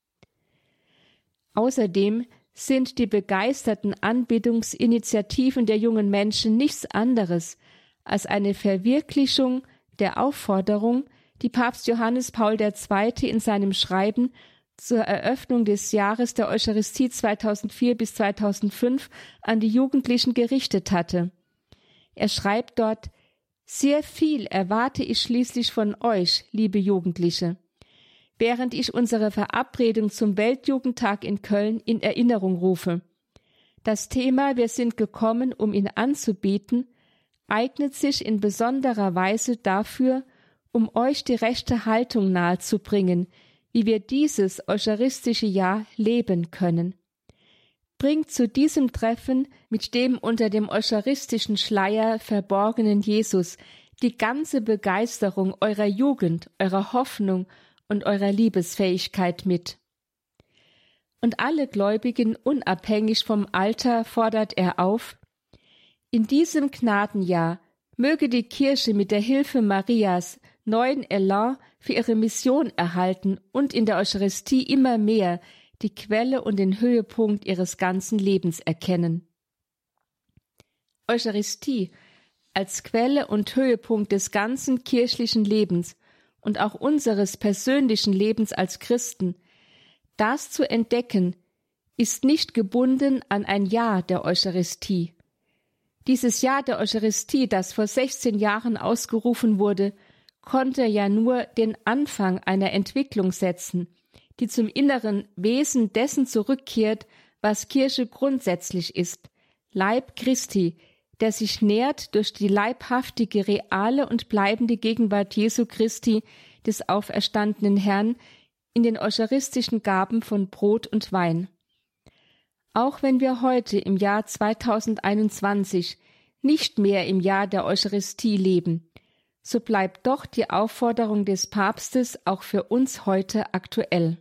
Speaker 2: Außerdem sind die begeisterten Anbetungsinitiativen der jungen Menschen nichts anderes als eine Verwirklichung der Aufforderung, die Papst Johannes Paul II. In seinem Schreiben zur Eröffnung des Jahres der Eucharistie 2004 bis 2005 an die Jugendlichen gerichtet hatte. Er schreibt dort: Sehr viel erwarte ich schließlich von euch, liebe Jugendliche, während ich unsere Verabredung zum Weltjugendtag in Köln in Erinnerung rufe. Das Thema »Wir sind gekommen, um ihn anzubeten« eignet sich in besonderer Weise dafür, um euch die rechte Haltung nahezubringen, wie wir dieses eucharistische Jahr leben können. Bringt zu diesem Treffen mit dem unter dem eucharistischen Schleier verborgenen Jesus die ganze Begeisterung eurer Jugend, eurer Hoffnung und eurer Liebesfähigkeit mit. Und alle Gläubigen unabhängig vom Alter fordert er auf: In diesem Gnadenjahr möge die Kirche mit der Hilfe Marias neuen Elan für ihre Mission erhalten und in der Eucharistie immer mehr die Quelle und den Höhepunkt ihres ganzen Lebens erkennen. Eucharistie als Quelle und Höhepunkt des ganzen kirchlichen Lebens und auch unseres persönlichen Lebens als Christen, das zu entdecken, ist nicht gebunden an ein Jahr der Eucharistie. Dieses Jahr der Eucharistie, das vor 16 Jahren ausgerufen wurde, konnte ja nur den Anfang einer Entwicklung setzen, die zum inneren Wesen dessen zurückkehrt, was Kirche grundsätzlich ist, Leib Christi, der sich nährt durch die leibhaftige, reale und bleibende Gegenwart Jesu Christi, des auferstandenen Herrn, in den eucharistischen Gaben von Brot und Wein. Auch wenn wir heute im Jahr 2021 nicht mehr im Jahr der Eucharistie leben, so bleibt doch die Aufforderung des Papstes auch für uns heute aktuell.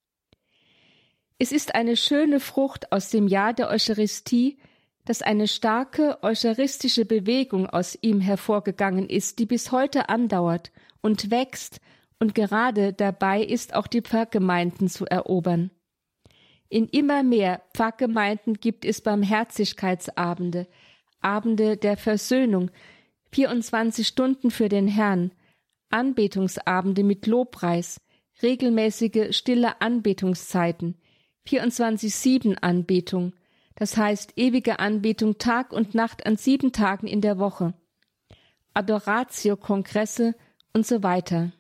Speaker 2: Es ist eine schöne Frucht aus dem Jahr der Eucharistie, dass eine starke eucharistische Bewegung aus ihm hervorgegangen ist, die bis heute andauert und wächst und gerade dabei ist, auch die Pfarrgemeinden zu erobern. In immer mehr Pfarrgemeinden gibt es Barmherzigkeitsabende, Abende der Versöhnung, 24 Stunden für den Herrn, Anbetungsabende mit Lobpreis, regelmäßige stille Anbetungszeiten, 24/7-Anbetung, das heißt ewige Anbetung Tag und Nacht an 7 Tagen in der Woche, Adoratio-Kongresse und so weiter.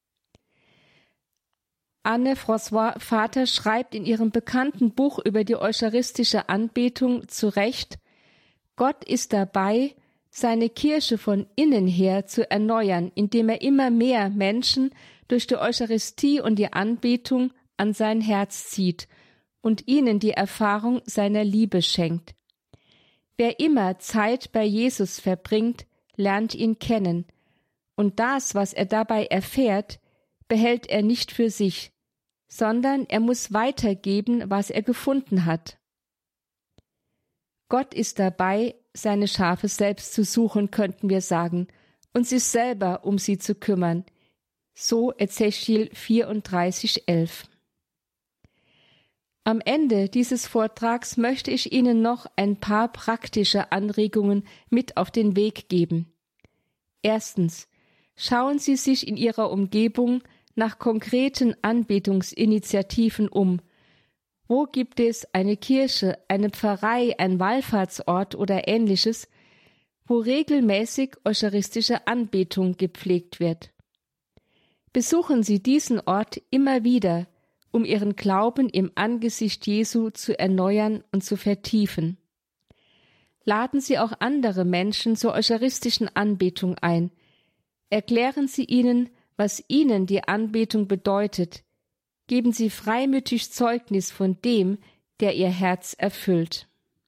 Speaker 2: Anne-Françoise Vater schreibt in ihrem bekannten Buch über die eucharistische Anbetung zu Recht: Gott ist dabei, seine Kirche von innen her zu erneuern, indem er immer mehr Menschen durch die Eucharistie und die Anbetung an sein Herz zieht und ihnen die Erfahrung seiner Liebe schenkt. Wer immer Zeit bei Jesus verbringt, lernt ihn kennen, und das, was er dabei erfährt, behält er nicht für sich, sondern er muss weitergeben, was er gefunden hat. Gott ist dabei, seine Schafe selbst zu suchen, könnten wir sagen, und sich selber um sie zu kümmern, So Ezechiel 34,11. Am Ende dieses Vortrags möchte ich Ihnen noch ein paar praktische Anregungen mit auf den Weg geben. Erstens: Schauen Sie sich in Ihrer Umgebung nach konkreten Anbetungsinitiativen um. Wo gibt es eine Kirche, eine Pfarrei, ein Wallfahrtsort oder Ähnliches, wo regelmäßig eucharistische Anbetung gepflegt wird? Besuchen Sie diesen Ort immer wieder, um Ihren Glauben im Angesicht Jesu zu erneuern und zu vertiefen. Laden Sie auch andere Menschen zur eucharistischen Anbetung ein. Erklären Sie ihnen, was ihnen die Anbetung bedeutet. Geben Sie freimütig Zeugnis von dem, der Ihr Herz erfüllt.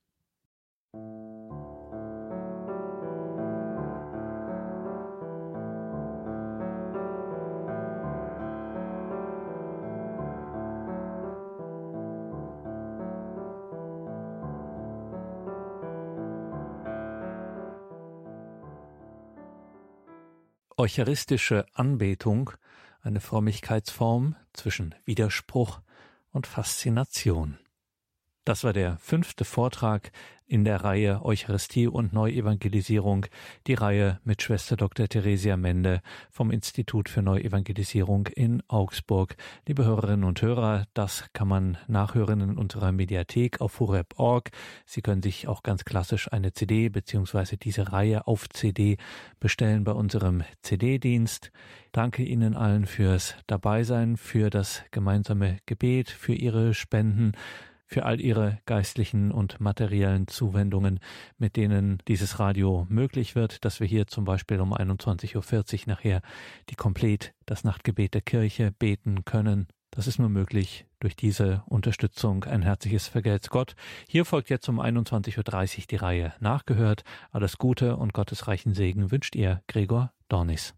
Speaker 1: Eucharistische Anbetung, eine Frömmigkeitsform zwischen Widerspruch und Faszination. Das war der 5. Vortrag in der Reihe Eucharistie und Neuevangelisierung, die Reihe mit Schwester Dr. Theresia Mende vom Institut für Neuevangelisierung in Augsburg. Liebe Hörerinnen und Hörer, das kann man nachhören in unserer Mediathek auf horeb.org. Sie können sich auch ganz klassisch eine CD bzw. diese Reihe auf CD bestellen bei unserem CD-Dienst. Danke Ihnen allen fürs Dabeisein, für das gemeinsame Gebet, für Ihre Spenden, für all Ihre geistlichen und materiellen Zuwendungen, mit denen dieses Radio möglich wird, dass wir hier zum Beispiel um 21.40 Uhr nachher das Nachtgebet der Kirche beten können. Das ist nur möglich durch diese Unterstützung. Ein herzliches Vergelt's Gott. Hier folgt jetzt um 21.30 Uhr die Reihe Nachgehört. Alles Gute und gottesreichen Segen wünscht Ihr Gregor Dornis.